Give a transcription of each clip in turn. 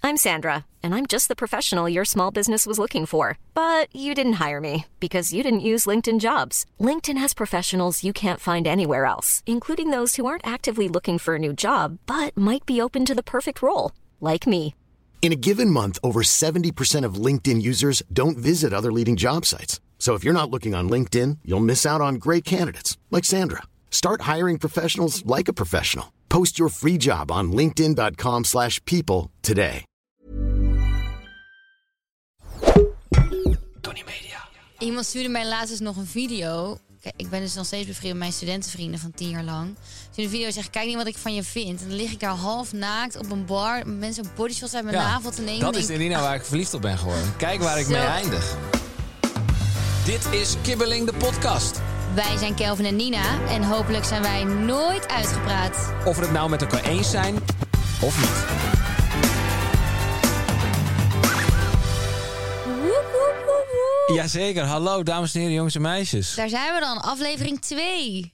I'm Sandra, and I'm just the professional your small business was looking for. But you didn't hire me because you didn't use LinkedIn Jobs. LinkedIn has professionals you can't find anywhere else, including those who aren't actively looking for a new job, but might be open to the perfect role, like me. In a given month, over 70% of LinkedIn users don't visit other leading job sites. So if you're not looking on LinkedIn, you'll miss out on great candidates like Sandra. Start hiring professionals like a professional. Post your free job on linkedin.com/people today. Tony Media. Iemand stuurde mij laatst dus nog een video. Kijk, ik ben dus nog steeds bevriend met mijn studentenvrienden van 10 jaar lang. Dus in de video zeg, kijk niet wat ik van je vind. En dan lig ik daar half naakt op een bar. Met mensen bodyshots uit mijn navel te nemen. Dat is de Nina waar ik verliefd op ben geworden. Kijk waar ik mee eindig. Dit is Kibbeling, de podcast. Wij zijn Kelvin en Nina. En hopelijk zijn wij nooit uitgepraat. Of we het nou met elkaar eens zijn of niet. Jazeker, hallo dames en heren, jongens en meisjes. Daar zijn we dan, aflevering 2.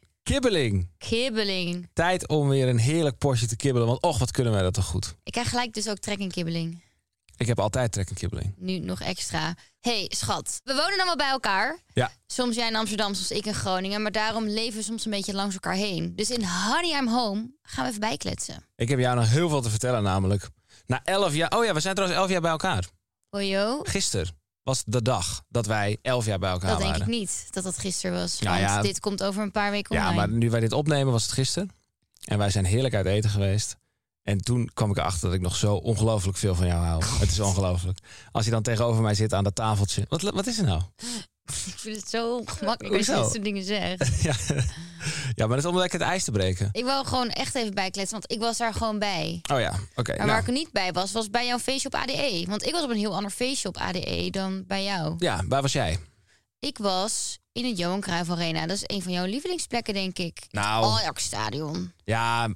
Kibbeling. Tijd om weer een heerlijk portje te kibbelen, want och, wat kunnen wij dat toch goed. Ik krijg gelijk dus ook trek in kibbeling. Ik heb altijd trek in kibbeling. Nu nog extra. Hey, schat, we wonen dan wel bij elkaar. Ja. Soms jij in Amsterdam, soms ik in Groningen. Maar daarom leven we soms een beetje langs elkaar heen. Dus in Honey, I'm Home gaan we even bijkletsen. Ik heb jou nog heel veel te vertellen namelijk. Na 11 jaar... Oh ja, we zijn trouwens 11 jaar bij elkaar. Ojo. Gisteren was de dag dat wij 11 jaar bij elkaar waren. Dat denk ik niet, dat dat gisteren was. Nou want ja, dit komt over een paar weken online. Ja, maar nu wij dit opnemen was het gisteren. En wij zijn heerlijk uit eten geweest. En toen kwam ik erachter dat ik nog zo ongelooflijk veel van jou hou. Het is ongelooflijk. Als je dan tegenover mij zit aan dat tafeltje. Wat is er nou? Ik vind het zo gemakkelijk als je dit soort dingen zegt. Ja, maar dat is omdat ik het ijs te breken. Ik wil gewoon echt even bijkletsen, want ik was daar gewoon bij. Oh ja, oké. Maar waar ik er niet bij was bij jouw feestje op ADE. Want ik was op een heel ander feestje op ADE dan bij jou. Ja, waar was jij? Ik was in het Johan Cruijff Arena. Dat is een van jouw lievelingsplekken, denk ik. Nou, Ajax-stadion. Ja,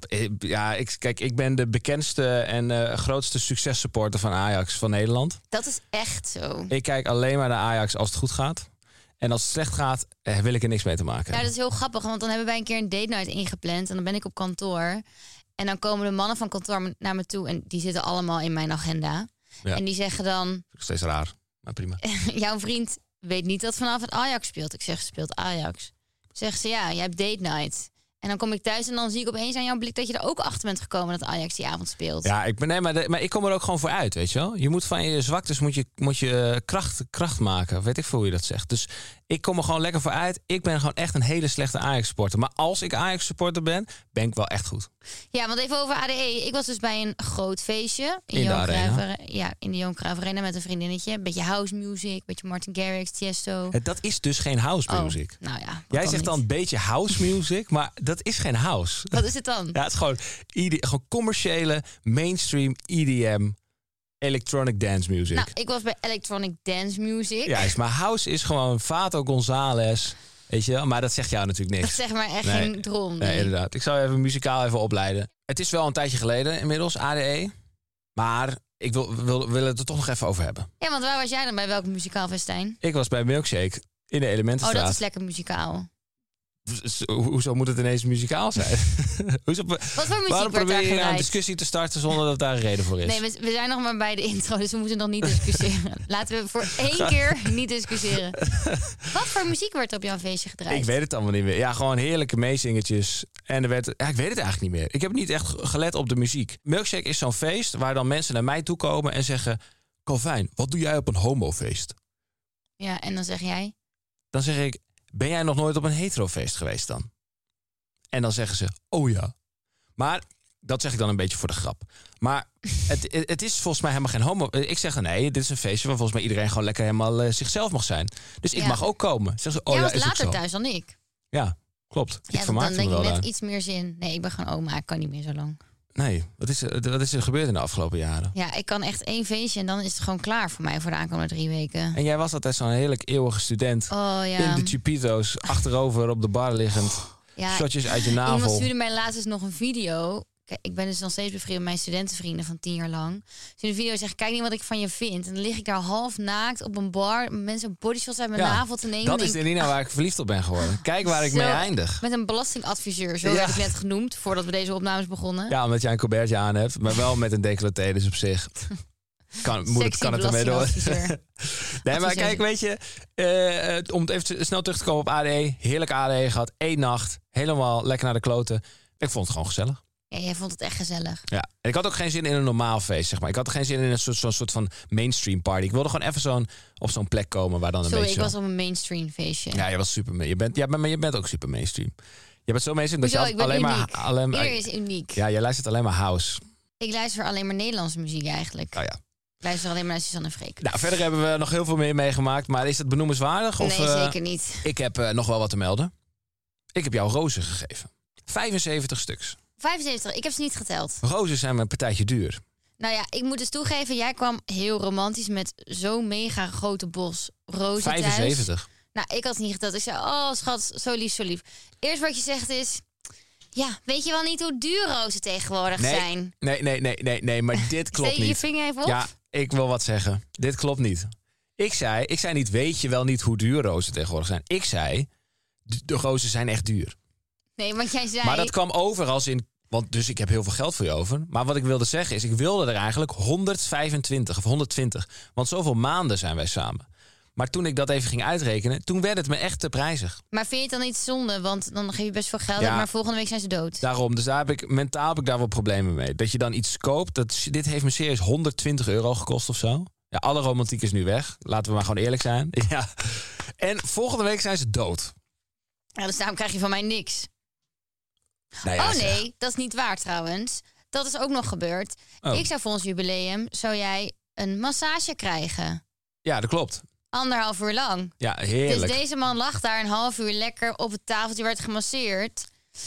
ik ben de bekendste en grootste successupporter van Ajax van Nederland. Dat is echt zo. Ik kijk alleen maar naar Ajax als het goed gaat. En als het slecht gaat, wil ik er niks mee te maken hebben. Ja, dat is heel grappig, want dan hebben wij een keer een date night ingepland. En dan ben ik op kantoor. En dan komen de mannen van kantoor naar me toe. En die zitten allemaal in mijn agenda. Ja. En die zeggen dan... Steeds raar, maar prima. Jouw vriend weet niet dat vanavond Ajax speelt. Ik zeg, speelt Ajax. Zeggen ze, ja, jij hebt date night. En dan kom ik thuis en dan zie ik opeens aan jouw blik dat je er ook achter bent gekomen dat Ajax die avond speelt. Ja, maar ik kom er ook gewoon voor uit, weet je wel. Je moet van je zwaktes moet je kracht maken. Weet ik veel hoe je dat zegt. Dus ik kom er gewoon lekker voor uit. Ik ben gewoon echt een hele slechte Ajax-supporter. Maar als ik Ajax-supporter ben ik wel echt goed. Ja, want even over ADE. Ik was dus bij een groot feestje. In de Arena? Ja, in de Johan Cruijff Arena met een vriendinnetje. Een beetje house music, een beetje Martin Garrix, Tiesto. Dat is dus geen house music. Nou ja. Jij zegt dan een beetje house music, maar dat is geen house. Wat is het dan? Ja, het is gewoon commerciële, mainstream EDM, electronic dance music. Nou, ik was bij electronic dance music. Ja, maar house is gewoon Vato González, weet je wel. Maar dat zegt jou natuurlijk niks. Dat zegt maar echt geen drom. Nee, inderdaad. Ik zou even muzikaal even opleiden. Het is wel een tijdje geleden inmiddels, ADE. Maar ik wil het er toch nog even over hebben. Ja, want waar was jij dan bij welk muzikaal festijn? Ik was bij Milkshake in de Elementenstraat. Oh, dat is lekker muzikaal. Hoezo moet het ineens muzikaal zijn? Wat voor muziek waarom werd probeer je daar een discussie te starten zonder dat daar een reden voor is? Nee, we zijn nog maar bij de intro, dus we moeten nog niet discussiëren. Laten we voor één keer niet discussiëren. Wat voor muziek werd er op jouw feestje gedraaid? Ik weet het allemaal niet meer. Ja, gewoon heerlijke meezingetjes. En ik weet het eigenlijk niet meer. Ik heb niet echt gelet op de muziek. Milkshake is zo'n feest waar dan mensen naar mij toe komen en zeggen... Calvin, wat doe jij op een homofeest? Ja, en dan zeg jij? Dan zeg ik... Ben jij nog nooit op een heterofeest geweest dan? En dan zeggen ze, oh ja. Maar dat zeg ik dan een beetje voor de grap. Maar het is volgens mij helemaal geen homo. Ik zeg dan, nee, dit is een feestje waar volgens mij iedereen gewoon lekker helemaal zichzelf mag zijn. Dus ik mag ook komen. Zeggen ze, oh, jij ja, was is later ook zo. thuis dan ik. Ja, klopt. Ik vermaakte dan me denk wel ik net daar. iets meer zin. Nee, ik ben gewoon oma, ik kan niet meer zo lang. Nee, wat is er gebeurd in de afgelopen jaren? Ja, ik kan echt 1 feestje en dan is het gewoon klaar voor mij voor de aankomende 3 weken. En jij was altijd zo'n heerlijk eeuwige student. Oh ja. In de Chupito's, achterover op de bar liggend. Ja, shotjes uit je navel. Iemand stuurde mij laatst dus nog een video. Kijk, ik ben dus nog steeds bevriend met mijn studentenvrienden van 10 jaar lang. Dus in de video zeg, kijk niet wat ik van je vind. En dan lig ik daar half naakt op een bar met mensen bodyshots uit mijn navel te nemen. Dat is de Nina waar ik verliefd op ben geworden. Kijk waar ik mee eindig. Met een belastingadviseur, zo werd ik net genoemd, voordat we deze opnames begonnen. Ja, omdat jij een colbertje aan hebt, maar wel met een decolleté, dus op zich. kan het ermee door. Nee, maar kijk, weet je, om het even snel terug te komen op ADE. Heerlijk ADE gehad. 1 nacht. Helemaal lekker naar de kloten. Ik vond het gewoon gezellig. Ja, jij vond het echt gezellig. Ja, en ik had ook geen zin in een normaal feest, zeg maar. Ik had geen zin in zo'n soort van mainstream party. Ik wilde gewoon even op zo'n plek komen waar dan een beetje... ik was op een mainstream feestje. Ja, je was super... Je bent ook super mainstream. Je bent zo mainstream dat je alleen maar... Ieder is uniek. Ja, je luistert alleen maar house. Ik luister alleen maar Nederlandse muziek eigenlijk. Oh ja. Ik luister alleen maar naar Suzanne en Freek. Nou, verder hebben we nog heel veel meer meegemaakt. Maar is het benoemenswaardig? Nee, zeker niet. Ik heb nog wel wat te melden. Ik heb jou rozen gegeven. 75 stuks. 75, ik heb ze niet geteld. Rozen zijn mijn partijtje duur. Nou ja, ik moet dus toegeven, jij kwam heel romantisch met zo'n mega grote bos rozen 75. thuis. Nou, ik had het niet geteld. Ik zei, oh schat, zo lief, zo lief. Eerst wat je zegt is... Ja, weet je wel niet hoe duur rozen tegenwoordig zijn? Nee, maar dit klopt niet. Steek je vinger even op? Ja, ik wil wat zeggen. Dit klopt niet. Ik zei niet, weet je wel niet hoe duur rozen tegenwoordig zijn. Ik zei, de rozen zijn echt duur. Nee, want jij zei... Maar dat kwam over als in... Want dus ik heb heel veel geld voor je over. Maar wat ik wilde zeggen is, ik wilde er eigenlijk 125 of 120. Want zoveel maanden zijn wij samen. Maar toen ik dat even ging uitrekenen, toen werd het me echt te prijzig. Maar vind je het dan niet zonde? Want dan geef je best veel geld, maar volgende week zijn ze dood. Daarom, dus mentaal heb ik daar wel problemen mee. Dat je dan iets koopt, dit heeft me serieus €120 gekost of zo. Ja, alle romantiek is nu weg. Laten we maar gewoon eerlijk zijn. Ja. En volgende week zijn ze dood. Ja, dus daarom krijg je van mij niks. Nou ja, nee, dat is niet waar trouwens. Dat is ook nog gebeurd. Oh. Ik zou voor ons jubileum, zou jij een massage krijgen. Ja, dat klopt. 1,5 uur lang. Ja, heerlijk. Dus deze man lag daar 1,5 uur lekker op het tafeltje, werd gemasseerd.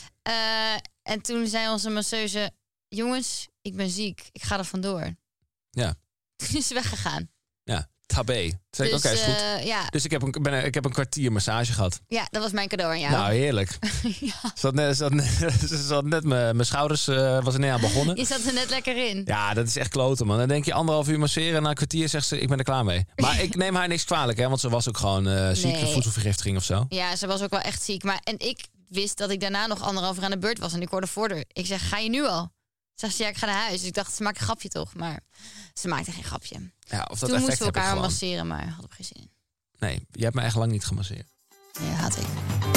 En toen zei onze masseuse... Jongens, ik ben ziek. Ik ga er vandoor. Ja. Toen is ze weggegaan. Ja, tabé. Dus, oké, is goed. Ja. Dus ik heb een kwartier massage gehad. Ja, dat was mijn cadeau aan jou. Nou, heerlijk. Ja. Zat net mijn schouders was er net aan begonnen. Je zat er net lekker in. Ja, dat is echt kloten, man. Dan denk je 1,5 uur masseren en na een kwartier zegt ze, ik ben er klaar mee. Maar ik neem haar niks kwalijk, hè, want ze was ook gewoon ziek, voedselvergiftiging of zo. Ja, ze was ook wel echt ziek. En ik wist dat ik daarna nog 1,5 uur aan de beurt was. En ik hoorde voor haar. Ik zeg, ga je nu al? Zegt ze, ja, ik ga naar huis. Dus ik dacht, ze maakt een grapje toch? Maar ze maakte geen grapje. Ja, of dat toen moesten we elkaar elkaar masseren, maar hadden we geen zin in. Nee, je hebt me echt lang niet gemasseerd. Ja, haat ik.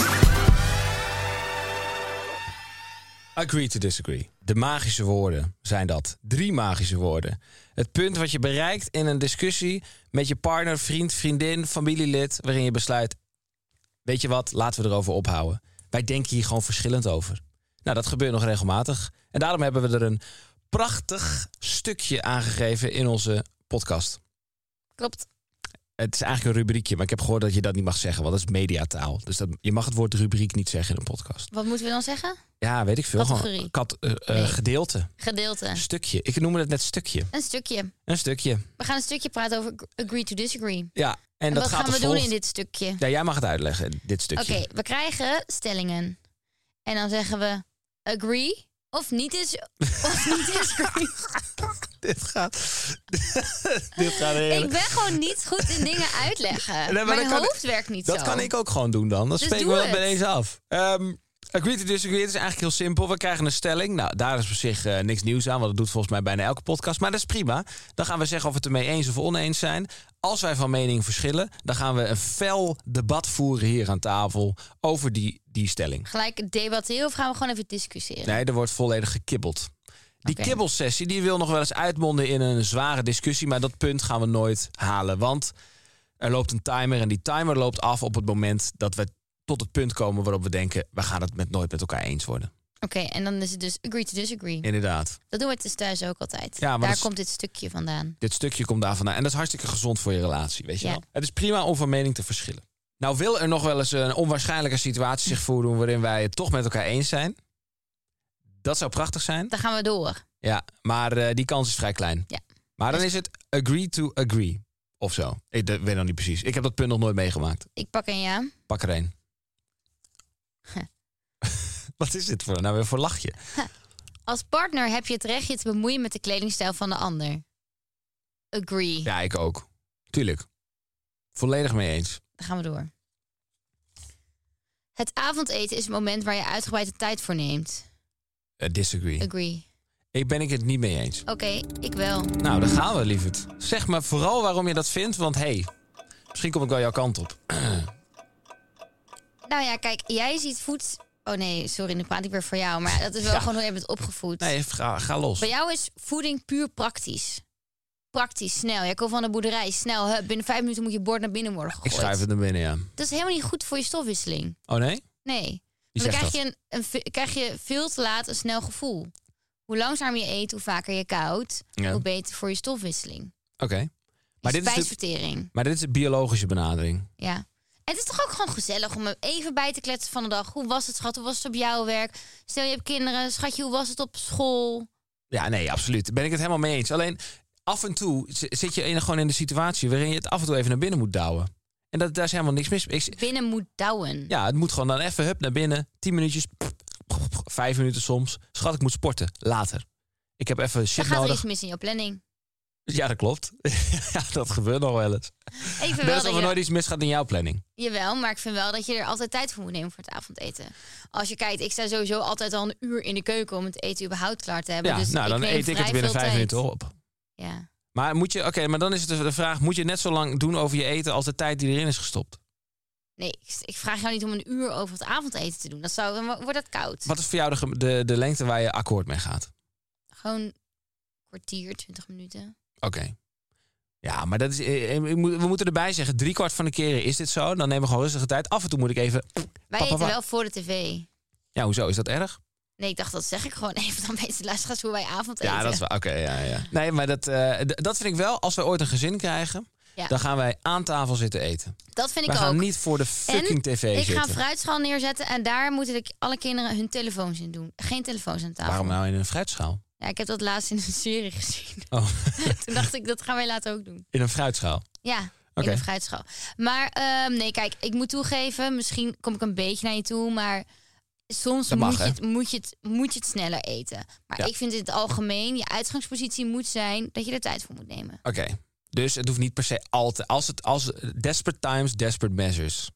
Agree to disagree. De magische woorden zijn dat. 3 magische woorden. Het punt wat je bereikt in een discussie met je partner, vriend, vriendin, familielid, waarin je besluit, weet je wat, laten we erover ophouden. Wij denken hier gewoon verschillend over. Nou, dat gebeurt nog regelmatig. En daarom hebben we er een prachtig stukje aangegeven in onze podcast. Klopt. Het is eigenlijk een rubriekje, maar ik heb gehoord dat je dat niet mag zeggen, want dat is mediataal. Dus je mag het woord rubriek niet zeggen in een podcast. Wat moeten we dan zeggen? Ja, weet ik veel. Categorie. Gedeelte. Gedeelte. Stukje. Ik noemde het net stukje. Een stukje. Een stukje. We gaan een stukje praten over agree to disagree. Ja. En dat wat gaat gaan we doen in dit stukje? Ja, jij mag het uitleggen, dit stukje. Oké, we krijgen stellingen. En dan zeggen we agree of niet disagree. Dit gaat heerlijk. Ik ben gewoon niet goed in dingen uitleggen. Nee, Mijn hoofd werkt niet zo. Dat kan ik ook gewoon doen dan. Dan dus spreken we dat bij deze af. Agree to disagree, het is eigenlijk heel simpel. We krijgen een stelling. Nou, daar is op zich niks nieuws aan, want dat doet volgens mij bijna elke podcast. Maar dat is prima. Dan gaan we zeggen of we het ermee eens of oneens zijn. Als wij van mening verschillen, dan gaan we een fel debat voeren hier aan tafel over die stelling. Gelijk debatteren of gaan we gewoon even discussiëren? Nee, er wordt volledig gekibbeld. Die kibbelsessie die wil nog wel eens uitmonden in een zware discussie, maar dat punt gaan we nooit halen. Want er loopt een timer en die timer loopt af op het moment dat we tot het punt komen waarop we denken, we gaan het nooit met elkaar eens worden. Oké, en dan is het dus agree to disagree. Inderdaad. Dat doen we dus thuis ook altijd. Ja, daar komt dit stukje vandaan. Dit stukje komt daar vandaan. En dat is hartstikke gezond voor je relatie, weet je wel. Het is prima om van mening te verschillen. Nou wil er nog wel eens een onwaarschijnlijke situatie zich voordoen waarin wij het toch met elkaar eens zijn. Dat zou prachtig zijn. Dan gaan we door. Ja, maar die kans is vrij klein. Ja. Maar dan is het agree to agree. Of zo. Ik weet nog niet precies. Ik heb dat punt nog nooit meegemaakt. Ik pak een ja. Pak er een. Wat is dit voor? Nou weer voor lachje. Als partner heb je het recht je te bemoeien met de kledingstijl van de ander. Agree. Ja, ik ook. Tuurlijk. Volledig mee eens. Dan gaan we door. Het avondeten is het moment waar je uitgebreid de tijd voor neemt. Disagree. Agree. Ben ik het niet mee eens. Oké, ik wel. Nou, daar gaan we, lieverd. Zeg maar vooral waarom je dat vindt, want misschien kom ik wel jouw kant op. Nou ja, kijk, jij ziet Oh nee, sorry, nu praat ik weer voor jou. Maar dat is wel gewoon hoe je bent opgevoed. Nee, ga los. Bij jou is voeding puur praktisch. Praktisch, snel. Jij komt van de boerderij, snel. Binnen 5 minuten moet je bord naar binnen worden gegooid. Ik schuif het naar binnen, ja. Dat is helemaal niet goed voor je stofwisseling. Oh nee? Nee. Dan krijg je veel te laat een snel gevoel. Hoe langzamer je eet, hoe vaker je koudt, hoe beter voor je stofwisseling. Oké. Maar spijsvertering. Maar dit is de biologische benadering. Ja. En het is toch ook gewoon gezellig om even bij te kletsen van de dag. Hoe was het, schat? Hoe was het op jouw werk? Stel, je hebt kinderen. Schatje, hoe was het op school? Ja, nee, absoluut. Daar ben ik het helemaal mee eens. Alleen, af en toe zit je gewoon in de situatie waarin je het af en toe even naar binnen moet douwen. En daar is helemaal niks mis. Binnen moet douwen? Ja, het moet gewoon dan even naar binnen. 10 minuutjes, 5 minuten soms. Schat, ik moet sporten. Later. Ik heb even shit nodig. Dan gaat er iets mis in jouw planning. Ja, dat klopt. Ja, dat gebeurt nog wel eens. Ik vind wel dat er nooit iets misgaat in jouw planning. Jawel, maar ik vind wel dat je er altijd tijd voor moet nemen voor het avondeten. Als je kijkt, ik sta sowieso altijd al een uur in de keuken om het eten überhaupt klaar te hebben. Ja, dus nou, dan eet ik het binnen 5 minuten op. Ja. Maar maar dan is het de vraag, moet je net zo lang doen over je eten als de tijd die erin is gestopt? Nee, ik vraag jou niet om een uur over het avondeten te doen. Dan wordt dat koud. Wat is voor jou de lengte waar je akkoord mee gaat? Gewoon kwartier, 20 minuten. Oké. Ja, maar dat is, we moeten erbij zeggen, 3/4 van de keren is dit zo. Dan nemen we gewoon rustige tijd. Af en toe moet ik even... Wij eten wel voor de tv. Ja, hoezo? Is dat erg? Nee, ik dacht, dat zeg ik gewoon even. Dan weten de luisteraars hoe wij avondeten. Ja, dat is wel... Oké, ja. Nee, maar dat vind ik wel. Als we ooit een gezin krijgen, dan gaan wij aan tafel zitten eten. Dat vind ik ook. We gaan niet voor de fucking tv zitten. Ik ga een fruitschaal neerszetten en daar moeten alle kinderen hun telefoons in doen. Geen telefoons aan tafel. Waarom nou in een fruitschaal? Ja, ik heb dat laatst in een serie gezien. Oh. Toen dacht ik, dat gaan wij later ook doen. In een fruitschaal? Ja, in een fruitschaal. Maar nee, kijk, ik moet toegeven, misschien kom ik een beetje naar je toe, maar soms moet je het sneller eten. Maar ik vind in het algemeen, je uitgangspositie moet zijn dat je er tijd voor moet nemen. Oké. Dus het hoeft niet per se altijd. Als desperate times, desperate measures.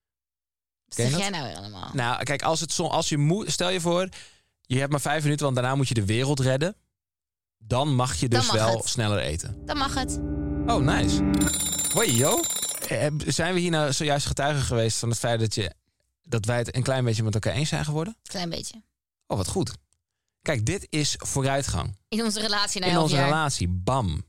Wat zeg jij nou weer allemaal? Nou, kijk, als je moet, stel je voor, je hebt maar 5 minuten, want daarna moet je de wereld redden. Dan mag je dus wel sneller eten. Dan mag het. Oh, nice. Hoi, yo. Zijn we hier nou zojuist getuigen geweest van het feit dat wij het een klein beetje met elkaar eens zijn geworden? Klein beetje. Oh, wat goed. Kijk, dit is vooruitgang. In onze relatie na 11 jaar. In onze jaar. relatie, bam.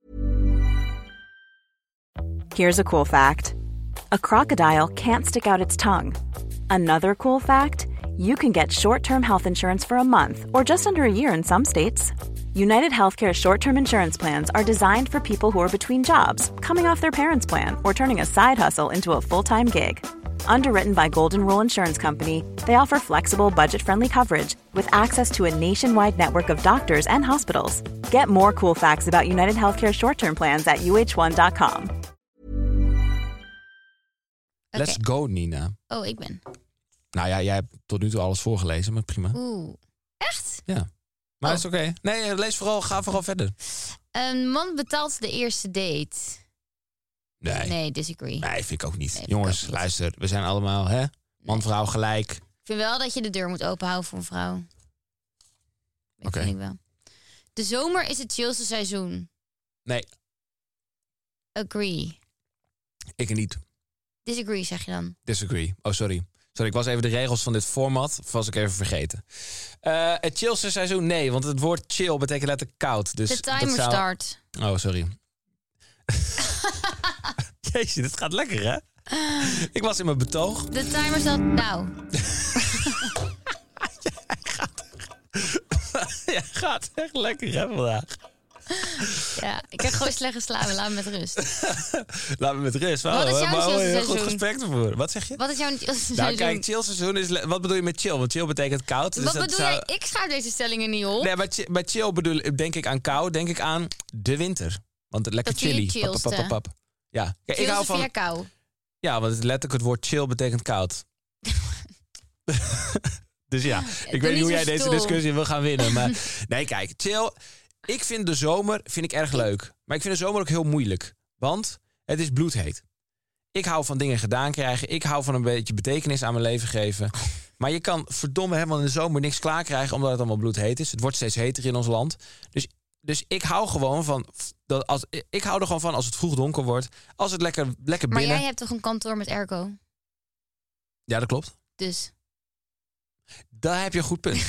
Here's a cool fact. A crocodile can't stick out its tongue. Another cool fact, you can get short-term health insurance for a month or just under a year in some states. United Healthcare short-term insurance plans are designed for people who are between jobs, coming off their parents' plan, or turning a side hustle into a full-time gig. Underwritten by Golden Rule Insurance Company, they offer flexible, budget-friendly coverage with access to a nationwide network of doctors and hospitals. Get more cool facts about United Healthcare short-term plans at uh1.com. Let's go, Nina. Oh, ik ben. Nou ja, jij hebt tot nu toe alles voorgelezen, maar prima. Oeh, echt? Ja. Maar dat is oké. Nee, ga vooral verder. Een man betaalt de eerste date. Nee, disagree. Nee, vind ik ook niet. Nee, jongens, luister. We zijn allemaal, man-vrouw gelijk. Ik vind wel dat je de deur moet openhouden voor een vrouw. Dat vind ik wel. De zomer is het chillste seizoen. Nee. Agree. Ik niet. Disagree, zeg je dan? Disagree. Oh, sorry. Sorry, ik was even de regels van dit format, was ik even vergeten. Het chillste seizoen, nee, want het woord chill betekent letterlijk koud. Dus de timer start. Oh, sorry. Jeetje, dit gaat lekker, hè? Ik was in mijn betoog. De timer start, nou. Jij gaat echt lekker, hè, vandaag. Ja, ik heb gewoon slecht geslapen. Laat me met rust. Laat me met rust. Wat is jouw chillseizoen? Goed gesprek ervoor. Wat zeg je? Wat is jouw chillseizoen? Nou, kijk, chillseizoen is... Wat bedoel je met chill? Want chill betekent koud. Wat bedoel jij? Ik schrijf deze stellingen niet op. Nee, bij chill denk ik aan kou. Denk ik aan de winter. Want het lekker chilly. Ja. Kijk, ik hou van kou. Ja, want letterlijk het woord chill betekent koud. Dus ja, ik weet niet hoe jij deze discussie wil gaan winnen. Maar nee, kijk, chill... Ik vind de zomer erg leuk. Maar ik vind de zomer ook heel moeilijk. Want het is bloedheet. Ik hou van dingen gedaan krijgen. Ik hou van een beetje betekenis aan mijn leven geven. Maar je kan verdomme helemaal in de zomer niks klaar krijgen... omdat het allemaal bloedheet is. Het wordt steeds heter in ons land. Dus ik hou gewoon van... Ik hou er gewoon van als het vroeg donker wordt. Als het lekker binnen... Maar jij hebt toch een kantoor met airco? Ja, dat klopt. Dus... Daar heb je een goed punt.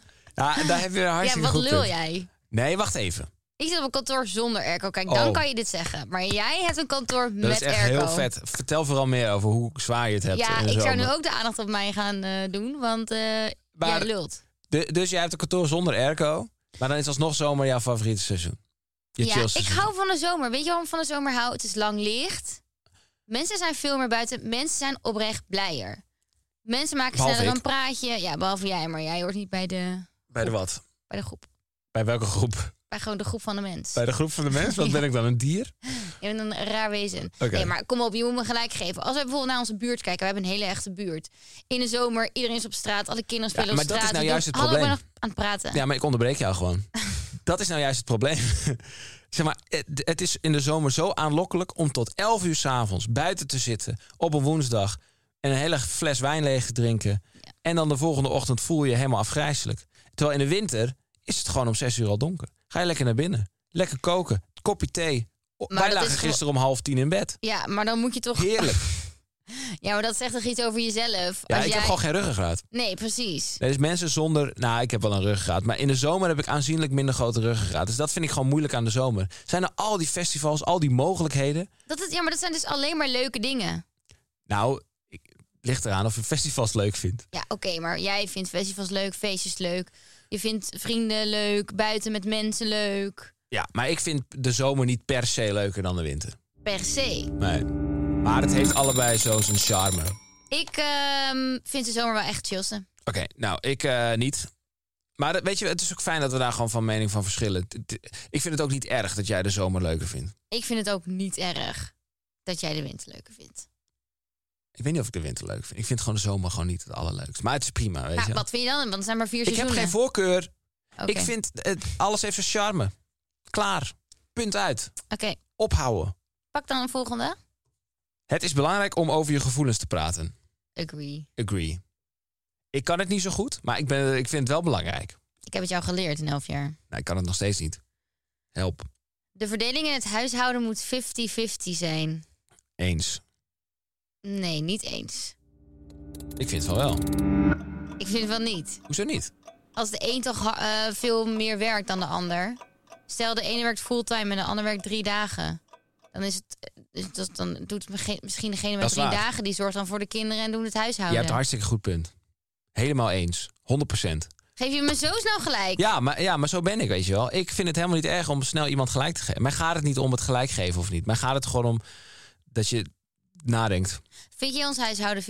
Ja, daar heb je een hartstikke goed punt. Ja, wat lul jij? Nee, wacht even. Ik zit op een kantoor zonder airco. Kijk, dan kan je dit zeggen. Maar jij hebt een kantoor met airco. Dat is echt heel vet. Vertel vooral meer over hoe zwaar je het hebt. Ja, ik zou nu ook de aandacht op mij gaan doen. Want jij lult. Dus jij hebt een kantoor zonder airco. Maar dan is alsnog zomer jouw favoriete seizoen. Ik hou van de zomer. Weet je waarom ik van de zomer hou? Het is lang licht. Mensen zijn veel meer buiten. Mensen zijn oprecht blijer. Mensen maken sneller een praatje. Ja, behalve jij. Maar jij hoort niet bij de... Bij de wat? Bij de groep. Bij welke groep? Bij gewoon de groep van de mens. Bij de groep van de mens? Wat ben ik dan, een dier? Je bent een raar wezen. Okay. Nee, maar kom op, je moet me gelijk geven. Als we bijvoorbeeld naar onze buurt kijken. We hebben een hele echte buurt. In de zomer, iedereen is op straat. Alle kinderen spelen op straat. Maar dat is nou juist het probleem. probleem. Ik ben nog aan het praten. Ja, maar ik onderbreek jou gewoon. Dat is nou juist het probleem. Zeg maar, het is in de zomer zo aanlokkelijk om tot 11 uur 's avonds buiten te zitten op een woensdag en een hele fles wijn leeg te drinken. Ja. En dan de volgende ochtend voel je je helemaal afgrijselijk. Terwijl in de winter is het gewoon om 6 uur al donker. Ga je lekker naar binnen. Lekker koken. Kopje thee. Wij lagen gisteren om 9:30 in bed. Ja, maar dan moet je toch... Heerlijk. Ja, maar dat zegt toch iets over jezelf? Ja, ik heb gewoon geen ruggengraat. Nee, precies. Nee, dus mensen zonder... Nou, ik heb wel een ruggengraat. Maar in de zomer heb ik aanzienlijk minder grote ruggengraat. Dus dat vind ik gewoon moeilijk aan de zomer. Zijn er al die festivals, al die mogelijkheden? Maar dat zijn dus alleen maar leuke dingen. Nou, ligt eraan of je festivals leuk vindt. Ja, oké, maar jij vindt festivals leuk, feestjes leuk. Je vindt vrienden leuk, buiten met mensen leuk. Ja, maar ik vind de zomer niet per se leuker dan de winter. Per se? Nee. Maar het heeft allebei zo zijn charme. Ik vind de zomer wel echt chillste. Oké, nou, ik niet. Maar weet je, het is ook fijn dat we daar gewoon van mening van verschillen. Ik vind het ook niet erg dat jij de zomer leuker vindt. Ik vind het ook niet erg dat jij de winter leuker vindt. Ik weet niet of ik de winter leuk vind. Ik vind gewoon de zomer gewoon niet het allerleukste. Maar het is prima, weet je. Wat vind je dan? Want er zijn maar 4 seizoenen. Ik heb geen voorkeur. Okay. Ik vind, alles heeft zijn charme. Klaar. Punt uit. Oké. Ophouden. Pak dan een volgende. Het is belangrijk om over je gevoelens te praten. Agree. Ik kan het niet zo goed, maar ik vind het wel belangrijk. Ik heb het jou geleerd in 11 jaar. Nou, ik kan het nog steeds niet. Help. De verdeling in het huishouden moet 50-50 zijn. Eens. Nee, niet eens. Ik vind het wel. Ik vind het wel niet. Hoezo niet? Als de een toch veel meer werkt dan de ander. Stel, de ene werkt fulltime en de ander werkt 3 dagen. Dan is het... dan doet het misschien degene met 3 dagen... die zorgt dan voor de kinderen en doet het huishouden. Je hebt een hartstikke goed punt. Helemaal eens. 100%. Geef je me zo snel gelijk? Ja, maar zo ben ik, weet je wel. Ik vind het helemaal niet erg om snel iemand gelijk te geven. Mij gaat het niet om het gelijk geven of niet. Mij gaat het gewoon om dat je nadenkt. Vind je ons huishouden 50-50?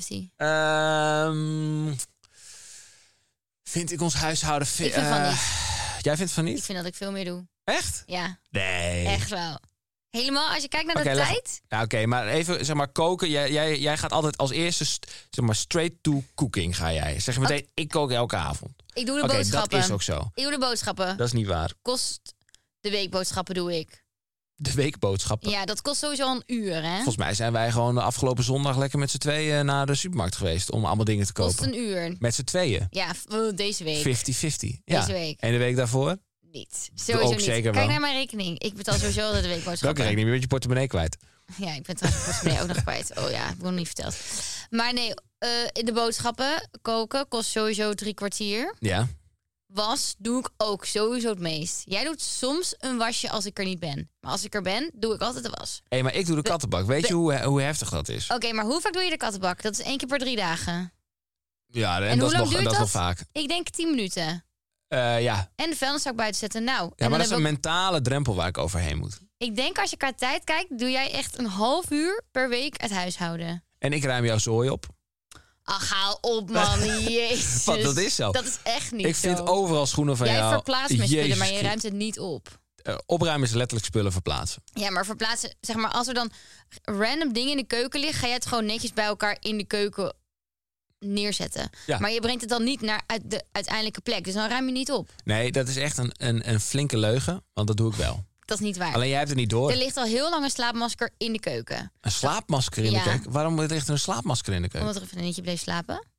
Vind ik ons huishouden... Ik vind van niet. Jij vindt van niet? Ik vind dat ik veel meer doe. Echt? Ja. Nee. Echt wel. Helemaal, als je kijkt naar de tijd. Ja, oké, maar even, zeg maar, koken. Jij gaat altijd als eerste, zeg maar, straight to cooking ga jij. Zeg je meteen, ik kook elke avond. Ik doe de boodschappen. Dat is ook zo. Ik doe de boodschappen. Dat is niet waar. Kost de weekboodschappen doe ik. De weekboodschappen? Ja, dat kost sowieso een uur, hè? Volgens mij zijn wij gewoon de afgelopen zondag lekker met z'n tweeën naar de supermarkt geweest om allemaal dingen te kopen. Kost een uur. Met z'n tweeën? Ja, deze week. 50-50. Ja. Deze week. En de week daarvoor? Niet. Sowieso ook niet. zeker Kijk naar mijn rekening. Ik betaal sowieso altijd de weekboodschappen. Welke rekening? Ben je je portemonnee kwijt? Ja, ik ben trouwens mijn portemonnee ook nog kwijt. Oh ja, ik heb nog niet verteld. Maar nee, de boodschappen koken kost sowieso 3 kwartier. Ja. Was doe ik ook sowieso het meest. Jij doet soms een wasje als ik er niet ben. Maar als ik er ben, doe ik altijd de was. Hé, maar ik doe de kattenbak. Weet je hoe heftig dat is? Oké, maar hoe vaak doe je de kattenbak? Dat is 1 keer per 3 dagen. Ja, en hoe dat lang is duurt nog dat? vaak. Ik denk 10 minuten. Ja. En de vuilniszak buiten zetten. Nou. Ja, maar dat is een mentale drempel waar ik overheen moet. Ik denk als je qua tijd kijkt, doe jij echt een half uur per week het huishouden. En ik ruim jouw zooi op. Ach, hou op, man. Jezus. Wat, dat is zo. Dat is echt niet zo. Ik vind overal schoenen van jij jou. Jij verplaatst met spullen, maar je Jezus. ruimt het niet op. Opruimen is letterlijk spullen verplaatsen. Ja, maar verplaatsen, zeg maar, als er dan random dingen in de keuken liggen, ga jij het gewoon netjes bij elkaar in de keuken neerzetten. Ja. Maar je brengt het dan niet naar de uiteindelijke plek. Dus dan ruim je niet op. Nee, dat is echt een flinke leugen, want dat doe ik wel. Dat is niet waar. Alleen jij hebt het niet door. Er ligt al heel lang een slaapmasker in de keuken. Een slaapmasker in de keuken? Waarom ligt er een slaapmasker in de keuken? Omdat er een vriendinnetje bleef slapen.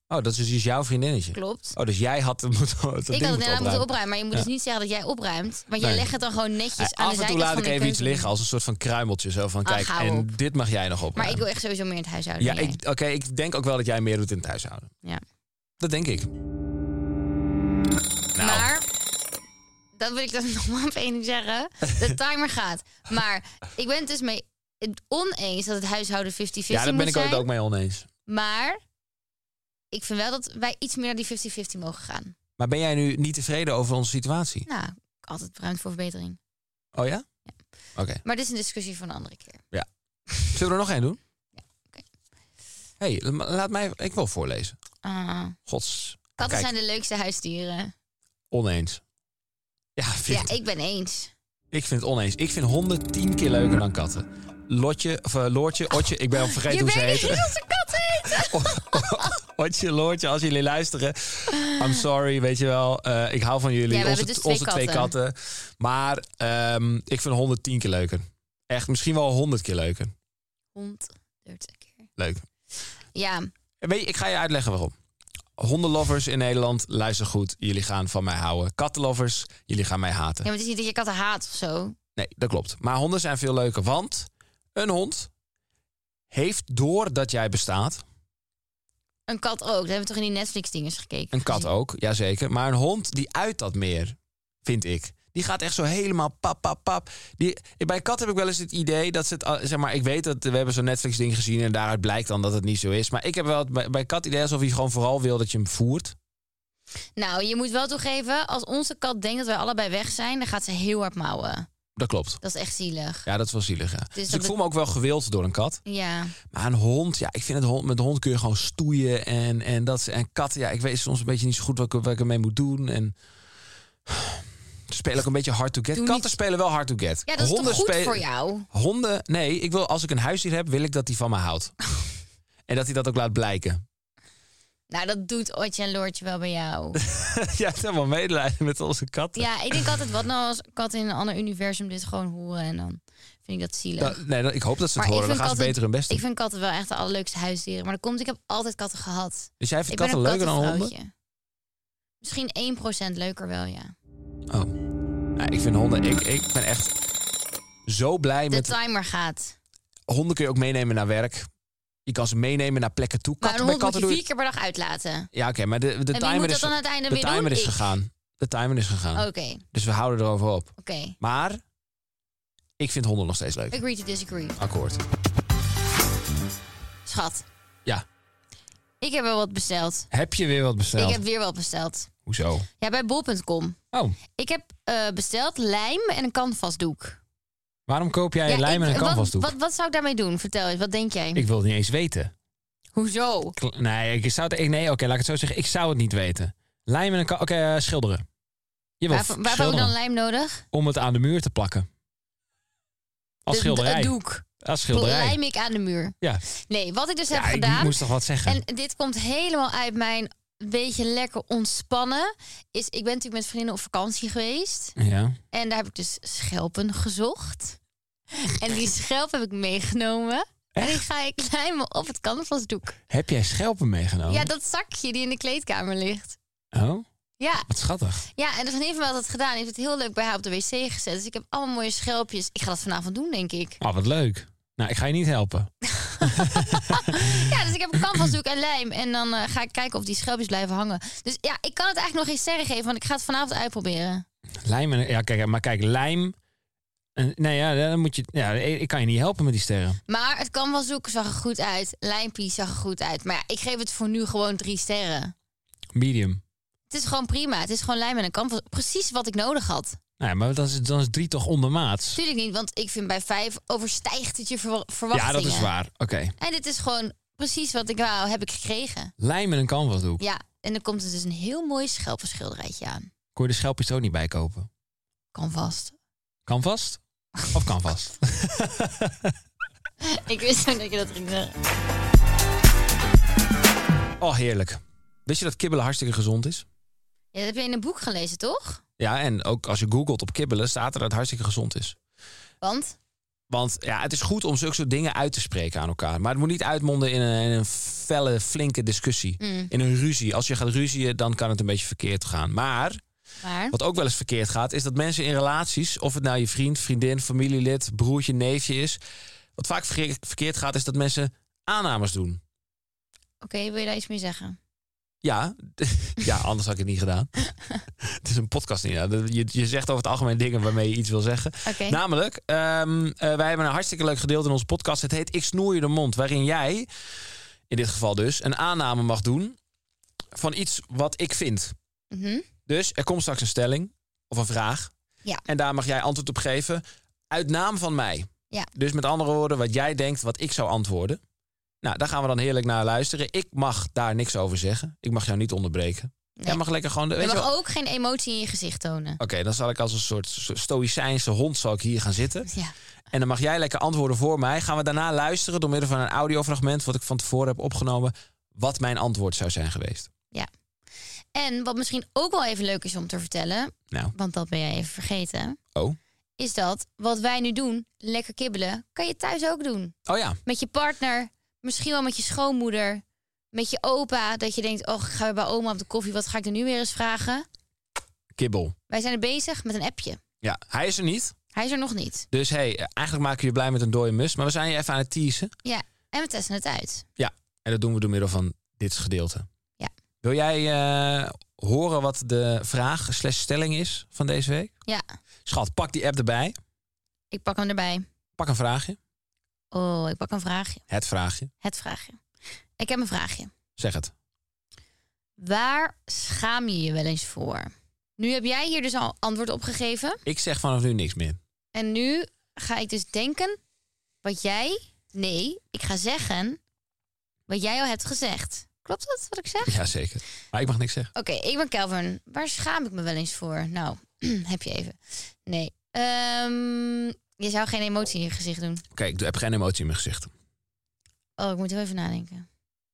Oh, dat is dus jouw vriendinnetje? Klopt. Oh, dus jij had het Ik had het inderdaad moeten opruimen. Maar je moet Ja. dus niet zeggen dat jij opruimt. Want jij legt het dan gewoon netjes aan de Af en toe zijkant laat van ik de even iets keuken. liggen als een soort van kruimeltje. Zo van, kijk, hou en op. dit mag jij nog Maar opruimen. ik wil echt sowieso meer in het huishouden. Ja, dan jij. oké, ik denk ook wel dat jij meer doet in het huishouden. Ja. Dat denk ik. Nou, Maar, dat wil ik dan nog maar op één ding zeggen. De timer gaat. Maar ik ben het dus mee oneens dat het huishouden 50-50 ja, daar ben moet ik zijn. het ook mee oneens. Maar ik vind wel dat wij iets meer naar die 50-50 mogen gaan. Maar ben jij nu niet tevreden over onze situatie? Nou, altijd ruimte voor verbetering. Oh ja? Oké. Maar dit is een discussie voor een andere keer. Zullen we er nog één doen? Ja, oké. Hey, laat mij... Ik wil voorlezen. Katten Kijk, zijn de leukste huisdieren. oneens. Ja, Ja, ik ben eens. ik vind het oneens. Ik vind honden 10 keer leuker dan katten. Lotje, of Loortje, Otje, ik ben al vergeten hoe ze heten. onze katten heten. Otje, Loortje, als jullie luisteren. I'm sorry, weet je wel. Ik hou van jullie, Ja, we hebben dus onze twee katten. katten. Maar ik vind honden 10 keer leuker. Echt, misschien wel 100 keer leuker. 100 keer. Leuk. Ja, Weet je, ik ga je uitleggen waarom. Hondenlovers in Nederland, luister goed. Jullie gaan van mij houden. Kattenlovers, jullie gaan mij haten. maar het is niet dat je katten haat of zo. Nee, dat klopt. Maar honden zijn veel leuker. Want een hond heeft door dat jij bestaat. Een kat ook. Dat hebben we toch in die Netflix-dinges gekeken. Een kat ook, jazeker. Maar een hond die uit dat meer, vind ik. Die gaat echt zo helemaal pap, pap, pap. Bij een kat heb ik wel eens het idee dat ze het... Zeg maar, ik weet dat we hebben zo'n Netflix-ding gezien en daaruit blijkt dan dat het niet zo is. Maar ik heb wel bij een kat het idee alsof hij gewoon vooral wil dat je hem voert. Nou, je moet wel toegeven, als onze kat denkt dat wij allebei weg zijn, dan gaat ze heel hard mouwen. Dat klopt. Dat is echt zielig. Ja, dat is wel zielig, ja. Dus dat ik voel me ook wel gewild door een kat. Ja. Maar een hond, ja, ik vind het met de hond kun je gewoon stoeien. En katten, ja, ik weet soms een beetje niet zo goed wat ik ermee moet doen. En ze spelen ook een beetje hard to get. Doe Katten niet- spelen wel hard to get. Ja, dat is toch goed voor jou? Honden, nee, ik wil als ik een huisdier heb, wil ik dat hij van me houdt. En dat hij dat ook laat blijken. Nou, dat doet Otje en Loortje wel bij jou. Ja, het is helemaal medelijden met onze katten. Ja, ik denk altijd, wat nou als katten in een ander universum dit gewoon horen en dan vind ik dat zielig. Ik hoop dat ze het Maar horen. Dan gaan ze beter hun best doen. Ik vind katten wel echt de allerleukste huisdieren. Maar dat komt, ik heb altijd katten gehad. Dus jij vindt Ik ben katten een leuker dan honden? kattenvrouwtje. Misschien 1% leuker wel, ja. Oh. Nou, ik vind honden... Ik ben echt zo blij De met... timer gaat. Honden kun je ook meenemen naar werk. Je kan ze meenemen naar plekken toe. Maar een hond moet je doe 4 keer per dag uitlaten. Ja, oké, maar de En wie timer moet is... dat dan aan het einde de weer timer doen? is Ik. gegaan. De timer is gegaan. Oké. Dus we houden erover op. Oké. Maar ik vind honden nog steeds leuk. Agree to disagree. Akkoord. Schat, Ja. ik heb wel wat besteld. Heb je weer wat besteld? Ik heb weer wat besteld. Hoezo? Ja, bij bol.com. Oh, Ik heb besteld lijm en een canvasdoek. waarom koop jij Ja, lijm en een canvasdoek? Wat zou ik daarmee doen? Vertel eens, wat denk jij? Ik wil het niet eens weten. Hoezo? Nee, laat ik het zo zeggen. Ik zou het niet weten. Lijm en een schilderen. Je wil Waarvoor heb ik schilderen dan lijm nodig? om het aan de muur te plakken. Als Het schilderij. doek. Als schilderij. Lijm ik aan de muur. Ja. Nee, wat ik dus heb Ja, ik gedaan... moest toch wat zeggen. En dit komt helemaal uit mijn beetje lekker ontspannen. Ik ben natuurlijk met vrienden op vakantie geweest. Ja. En daar heb ik dus schelpen gezocht. En die schelp heb ik meegenomen. En die ga ik lijmen op het canvasdoek. Heb jij schelpen meegenomen? Ja, dat zakje die in de kleedkamer ligt. Oh, Ja, wat schattig. ja, en de vriendin van mij had het gedaan. Die heeft het heel leuk bij haar op de wc gezet. Dus ik heb allemaal mooie schelpjes. Ik ga dat vanavond doen, denk ik. Oh, wat leuk. Nou, ik ga je niet helpen. Ja, dus ik heb een canvasdoek en lijm. En dan ga ik kijken of die schelpjes blijven hangen. Dus ja, ik kan het eigenlijk nog geen sterren geven. Want ik ga het vanavond uitproberen. Lijm en... Ja, kijk, lijm... Nee, ja, dan moet je... Ja, ik kan je niet helpen met die sterren. Maar het canvasdoek zag er goed uit. Lijmpie zag er goed uit. Maar ja, ik geef het voor nu gewoon 3 sterren. Medium. Het is gewoon prima. Het is gewoon lijm en een canvas. Precies wat ik nodig had. Nou ja, maar dan is 3 toch ondermaats. Tuurlijk niet, want ik vind bij 5 overstijgt het je verwachtingen. Ja, dat is waar. Oké. En dit is gewoon precies wat ik wou, heb ik gekregen. Lijm en een canvasdoek. Ja, en dan komt er dus een heel mooi schelpenschilderijtje aan. Kon je de schelpjes er ook niet bij kopen? Kan vast. Kan vast? Of kan vast? Ik wist ook dat je dat ging zeggen. Oh, heerlijk. Wist je dat kibbelen hartstikke gezond is? Ja, dat heb je in een boek gelezen, toch? Ja, en ook als je googelt op kibbelen, staat er dat het hartstikke gezond is. Want? Want ja, het is goed om zulke soort dingen uit te spreken aan elkaar. Maar het moet niet uitmonden in een felle, flinke discussie. In een ruzie. Als je gaat ruzien, dan kan het een beetje verkeerd gaan. Maar wat ook wel eens verkeerd gaat, is dat mensen in relaties, of het nou je vriend, vriendin, familielid, broertje, neefje is, wat vaak verkeerd gaat, is dat mensen aannames doen. Oké, wil je daar iets mee zeggen? Ja, anders had ik het niet gedaan. Het is een podcast niet. Ja. Je zegt over het algemeen dingen waarmee je iets wil zeggen. Okay. Namelijk, wij hebben een hartstikke leuk gedeelte in onze podcast. Het heet Ik snoer je de mond. Waarin jij, in dit geval dus, een aanname mag doen van iets wat ik vind. Mm-hmm. Dus er komt straks een stelling of een vraag. Ja. En daar mag jij antwoord op geven uit naam van mij. Ja. Dus met andere woorden, wat jij denkt, wat ik zou antwoorden. Nou, daar gaan we dan heerlijk naar luisteren. Ik mag daar niks over zeggen. Ik mag jou niet onderbreken. Nee. Jij mag lekker gewoon... Je mag ook geen emotie in je gezicht tonen. Oké, dan zal ik als een soort stoïcijnse hond zal ik hier gaan zitten. Ja. En dan mag jij lekker antwoorden voor mij. Gaan we daarna luisteren door middel van een audiofragment, wat ik van tevoren heb opgenomen, wat mijn antwoord zou zijn geweest. Ja. En wat misschien ook wel even leuk is om te vertellen, Nou. want dat ben jij even vergeten. Oh. Is dat wat wij nu doen, lekker kibbelen, kan je thuis ook doen. Oh ja. Met je partner, misschien wel met je schoonmoeder, met je opa. Dat je denkt, oh, ga bij oma op de koffie, wat ga ik er nu weer eens vragen? Kibbel. Wij zijn er bezig met een appje. Ja, hij is er niet. Hij is er nog niet. Dus eigenlijk maken we je blij met een dode mus. Maar we zijn je even aan het teasen. Ja, en we testen het uit. Ja, en dat doen we door middel van dit gedeelte. Ja. Wil jij horen wat de vraag/stelling is van deze week? Ja. Schat, pak die app erbij. Ik pak hem erbij. Pak een vraagje. Oh, ik pak een vraagje. Het vraagje. Het vraagje. Ik heb een vraagje. Zeg het. Waar schaam je je wel eens voor? Nu heb jij hier dus al antwoord op gegeven. Ik zeg vanaf nu niks meer. En nu ga ik dus denken wat jij... Nee, ik ga zeggen wat jij al hebt gezegd. Klopt dat wat ik zeg? Ja, zeker. Maar ik mag niks zeggen. Oké, ik ben Kelvin. Waar schaam ik me wel eens voor? Nou, heb je even. Nee. Je zou geen emotie in je gezicht doen. Oké, ik heb geen emotie in mijn gezicht. Oh, ik moet er even nadenken.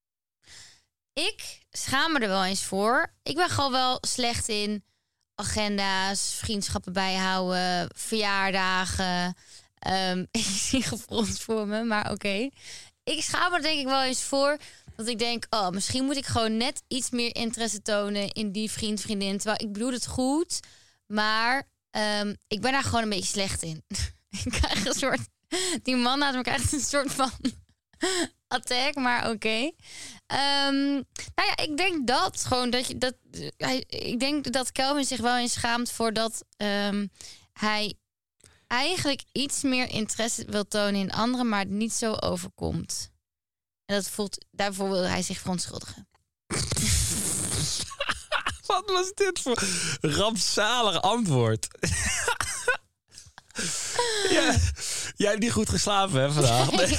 Ik schaam me er wel eens voor. Ik ben gewoon wel slecht in agenda's, vriendschappen bijhouden, verjaardagen. Ik zie gefronsd voor me, maar oké. Ik schaam me er denk ik wel eens voor dat ik denk, oh, misschien moet ik gewoon net iets meer interesse tonen in die vriendin. Terwijl ik bedoel het goed, maar ik ben daar gewoon een beetje slecht in. Ik krijg een soort... Die man naast me krijgt een soort van attack, maar oké. Nou ja, ik denk dat gewoon ik denk dat Kelvin zich wel eens schaamt voor dat hij eigenlijk iets meer interesse wil tonen in anderen, maar het niet zo overkomt. En daarvoor wil hij zich verontschuldigen. Wat was dit voor rampzalig antwoord? Ja, jij hebt niet goed geslapen, hè, vandaag? Nee.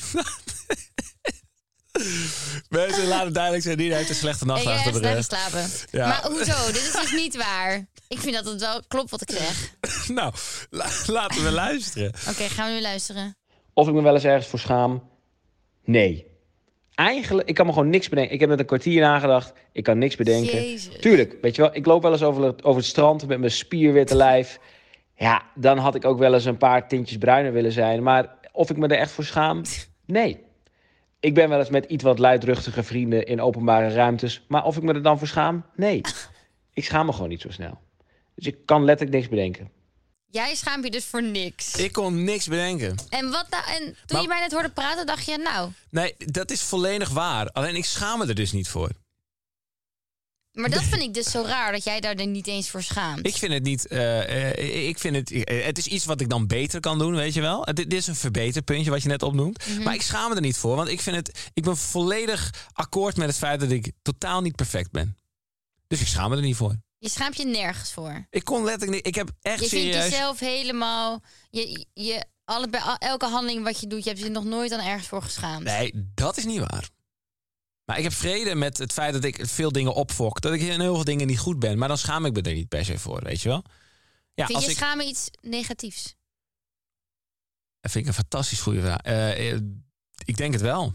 Mensen laten duidelijk zijn, die heeft een slechte nacht achter de rug. Geslapen. Ja. Maar hoezo? Dit is dus niet waar. Ik vind dat het wel klopt wat ik zeg. Nou, laten we luisteren. Oké, gaan we nu luisteren. Of ik me wel eens ergens voor schaam? Nee. Eigenlijk, ik kan me gewoon niks bedenken. Ik heb met een kwartier nagedacht. Ik kan niks bedenken. Jezus. Tuurlijk, weet je wel. Ik loop wel eens over het strand met mijn spierwitte lijf. Ja, dan had ik ook wel eens een paar tintjes bruiner willen zijn. Maar of ik me er echt voor schaam? Nee. Ik ben wel eens met iets wat luidruchtige vrienden in openbare ruimtes. Maar of ik me er dan voor schaam? Nee. Ik schaam me gewoon niet zo snel. Dus ik kan letterlijk niks bedenken. Jij schaamt je dus voor niks. Ik kon niks bedenken. En wat nou? En toen je mij net hoorde praten, dacht je, nou... Nee, dat is volledig waar. Alleen ik schaam me er dus niet voor. Maar dat vind ik dus zo raar, dat jij daar er niet eens voor schaamt. Ik vind het niet... het is iets wat ik dan beter kan doen, weet je wel. Dit is een verbeterpuntje wat je net opnoemt. Mm-hmm. Maar ik schaam me er niet voor. Want ik ben volledig akkoord met het feit dat ik totaal niet perfect ben. Dus ik schaam me er niet voor. Je schaamt je nergens voor. Ik kon letterlijk niet... Ik heb echt je serieus... vindt jezelf helemaal... elke handeling wat je doet, je hebt je nog nooit dan ergens voor geschaamd. Nee, dat is niet waar. Maar ik heb vrede met het feit dat ik veel dingen opfok. Dat ik in heel veel dingen niet goed ben. Maar dan schaam ik me er niet per se voor, weet je wel. Ja, vind je schamen iets negatiefs? Dat vind ik een fantastisch goede vraag. Ik denk het wel.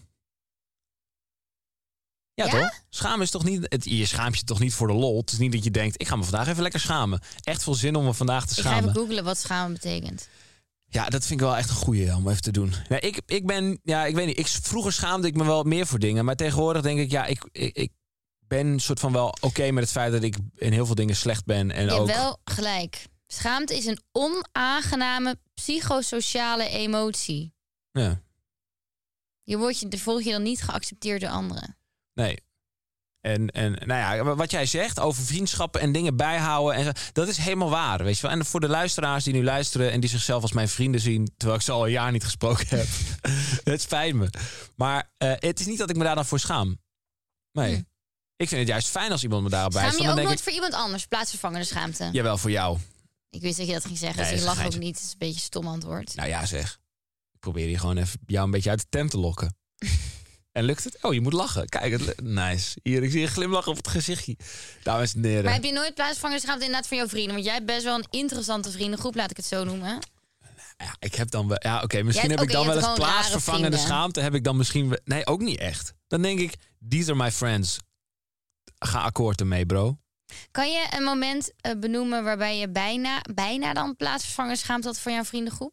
Ja, toch? Schamen is toch niet... Je schaamt je toch niet voor de lol? Het is niet dat je denkt, ik ga me vandaag even lekker schamen. Echt veel zin om me vandaag te schamen. Ik ga even googlen wat schamen betekent. Ja, dat vind ik wel echt een goeie om even te doen. Ja, ik weet niet. Vroeger schaamde ik me wel meer voor dingen. Maar tegenwoordig denk ik, ja, ik ben een soort van wel oké met het feit dat ik in heel veel dingen slecht ben. En je ook... hebt wel gelijk. Schaamte is een onaangename psychosociale emotie. Ja. Voel je dan niet geaccepteerd door anderen. Nee. En nou ja, wat jij zegt over vriendschappen en dingen bijhouden, en dat is helemaal waar, weet je wel. En voor de luisteraars die nu luisteren en die zichzelf als mijn vrienden zien, terwijl ik ze al een jaar niet gesproken heb, het spijt me. Maar het is niet dat ik me daar dan voor schaam. Nee. Ik vind het juist fijn als iemand me daarbij is. Schaam je ook nooit voor iemand anders, plaatsvervangende schaamte? Jawel, voor jou. Ik wist dat je dat ging zeggen, dus ik lach ook niet. Het is een beetje een stom antwoord. Nou ja, zeg. Ik probeer hier gewoon even jou een beetje uit de tent te lokken. En lukt het? Oh, je moet lachen. Kijk, nice. Hier, ik zie een glimlach op het gezichtje. Dames en heren. Maar heb je nooit plaatsvervangende schaamte inderdaad van jouw vrienden? Want jij hebt best wel een interessante vriendengroep, laat ik het zo noemen. Ja, ik heb dan wel... Ja, oké, misschien heb ik dan wel eens plaatsvervangende schaamte. Heb ik dan misschien... Nee, ook niet echt. Dan denk ik, these are my friends. Ga akkoord ermee, bro. Kan je een moment benoemen waarbij je bijna dan plaatsvervangende schaamte had voor jouw vriendengroep?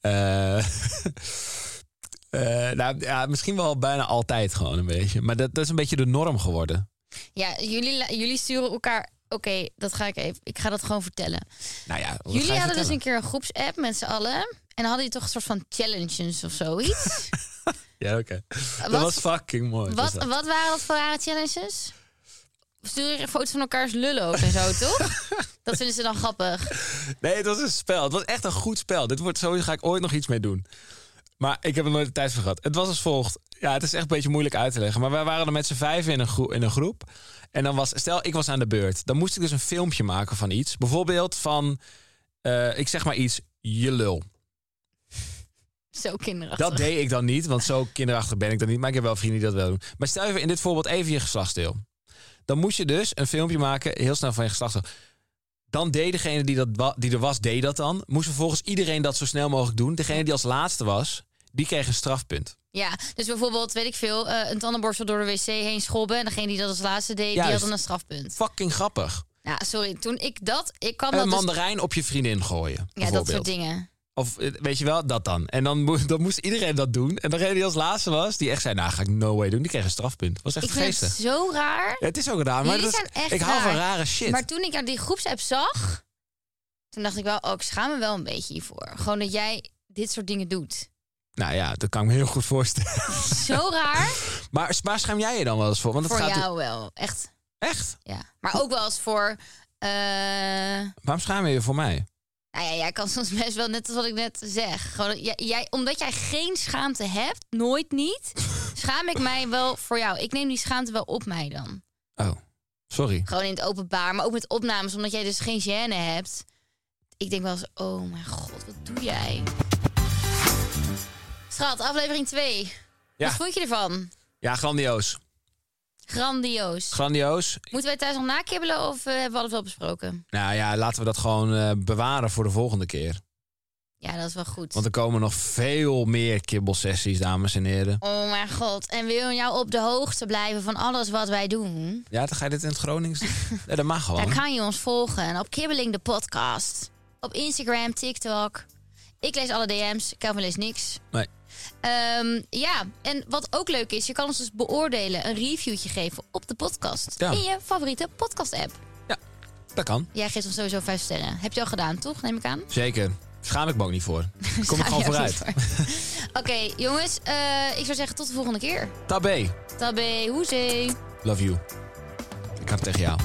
Nou ja, misschien wel bijna altijd gewoon een beetje. Maar dat is een beetje de norm geworden. Ja, jullie sturen elkaar... Oké, dat ga ik even. Ik ga dat gewoon vertellen. Nou ja, jullie hadden dus een keer een groepsapp met z'n allen. En dan hadden je toch een soort van challenges of zoiets. Ja, oké. Dat was fucking mooi. Wat waren dat voor rare challenges? Stuur je foto's van elkaars lullen ook en zo, toch? Dat vinden ze dan grappig. Nee, het was een spel. Het was echt een goed spel. Sowieso ga ik ooit nog iets mee doen. Maar ik heb er nooit de tijd voor gehad. Het was als volgt. Ja, het is echt een beetje moeilijk uit te leggen. Maar wij waren er met z'n 5 in een groep. En dan stel, ik was aan de beurt. Dan moest ik dus een filmpje maken van iets. Bijvoorbeeld van, ik zeg maar iets, je lul. Zo kinderachtig. Dat deed ik dan niet, want zo kinderachtig ben ik dan niet. Maar ik heb wel vrienden die dat wel doen. Maar stel even in dit voorbeeld even je geslachtsdeel. Dan moest je dus een filmpje maken, heel snel van je geslachtsdeel. Dan deed degene die er was, deed dat dan. Moest vervolgens iedereen dat zo snel mogelijk doen. Degene die als laatste was, die kreeg een strafpunt. Ja, dus bijvoorbeeld, weet ik veel, een tandenborstel door de wc heen schobben. En degene die dat als laatste deed, Juist. die had dan een strafpunt. Fucking grappig. Ja, sorry, toen ik kwam een dat mandarijn op je vriendin gooien. Ja, dat soort dingen. Of weet je wel, dat dan. En dan moest iedereen dat doen. En degene die als laatste was, die echt zei, nou ga ik no way doen. Die kreeg een strafpunt. Was echt geestig. Ik vind het zo raar. Ja, het is ook raar. Maar ik hou van rare shit. Maar toen ik die groepsapp zag, toen dacht ik wel, ik schaam me wel een beetje hiervoor. Gewoon dat jij dit soort dingen doet. Nou ja, dat kan ik me heel goed voorstellen. Zo raar. Maar schaam jij je dan wel eens voor? Want het voor gaat jou wel, echt. Echt? Ja, maar ook wel eens voor... Waarom schaam je je voor mij? Nou ja, jij kan soms best wel, net als wat ik net zeg. Gewoon, omdat jij geen schaamte hebt, nooit niet, schaam ik mij wel voor jou. Ik neem die schaamte wel op mij dan. Oh, sorry. Gewoon in het openbaar, maar ook met opnames, omdat jij dus geen gêne hebt. Ik denk wel eens, oh mijn god, wat doe jij? Schat, aflevering 2. Ja. Wat vond je ervan? Ja, grandioos. Grandioos. Moeten wij thuis nog nakibbelen of hebben we alles wel besproken? Nou ja, laten we dat gewoon bewaren voor de volgende keer. Ja, dat is wel goed. Want er komen nog veel meer kibbelsessies, dames en heren. Oh mijn god. En wil je jou op de hoogte blijven van alles wat wij doen? Ja, dan ga je dit in het Gronings doen. Ja, dat mag gewoon. Dan kan je ons volgen op Kibbeling de podcast. Op Instagram, TikTok. Ik lees alle DM's. Kelvin leest niks. Nee. Ja, en wat ook leuk is, je kan ons dus beoordelen, een reviewtje geven op de podcast. Ja. In je favoriete podcast-app. Ja, dat kan. Jij geeft ons sowieso 5 sterren. Heb je al gedaan, toch? Neem ik aan. Zeker. Schaam ik me ook niet voor. Kom ik gewoon vooruit. Oké, jongens. Ik zou zeggen tot de volgende keer. Tabé. Tabé, hoezee. Love you. Ik had het tegen jou.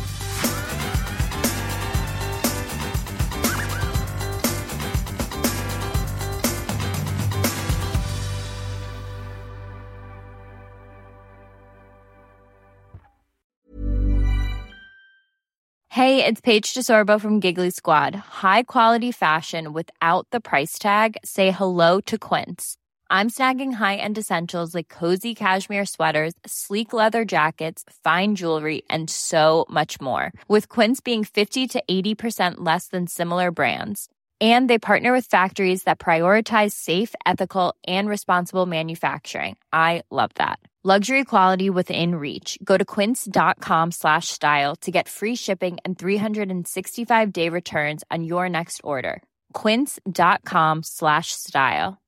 Hey, it's Paige DeSorbo from Giggly Squad. High quality fashion without the price tag. Say hello to Quince. I'm snagging high-end essentials like cozy cashmere sweaters, sleek leather jackets, fine jewelry, and so much more. With Quince being 50 to 80% less than similar brands. And they partner with factories that prioritize safe, ethical, and responsible manufacturing. I love that. Luxury quality within reach. Go to quince.com/style to get free shipping and 365-day returns on your next order. quince.com/style.